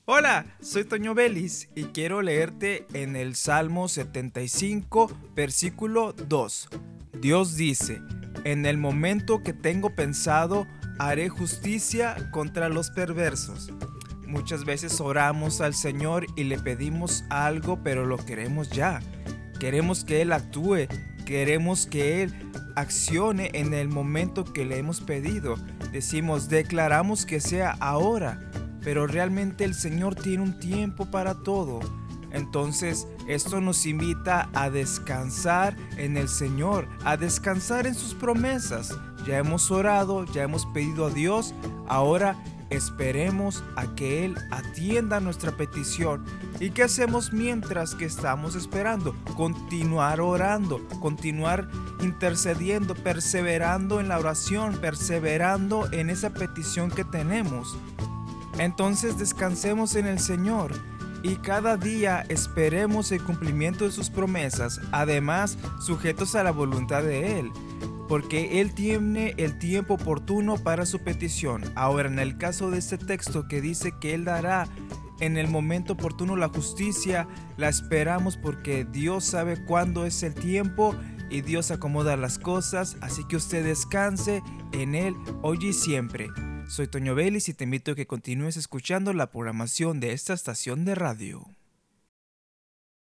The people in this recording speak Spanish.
Hola, soy Toño Vélez y quiero leerte en el Salmo 75, versículo 2. Dios dice, en el momento que tengo pensado, haré justicia contra los perversos. Muchas veces oramos al Señor y le pedimos algo, pero lo queremos ya. Queremos que Él actúe, queremos que Él accione en el momento que le hemos pedido. Declaramos que sea ahora, pero realmente el Señor tiene un tiempo para todo. Entonces, esto nos invita a descansar en el Señor, a descansar en sus promesas. Ya hemos orado, ya hemos pedido a Dios, ahora esperemos a que Él atienda nuestra petición. ¿Y qué hacemos mientras que estamos esperando? Continuar orando, continuar intercediendo, perseverando en la oración, perseverando en esa petición que tenemos. Entonces descansemos en el Señor y cada día esperemos el cumplimiento de sus promesas, además sujetos a la voluntad de Él, porque Él tiene el tiempo oportuno para su petición. Ahora, en el caso de este texto que dice que Él dará en el momento oportuno la justicia, la esperamos porque Dios sabe cuándo es el tiempo y Dios acomoda las cosas, así que usted descanse en Él hoy y siempre. Soy Toño Vélez y te invito a que continúes escuchando la programación de esta estación de radio.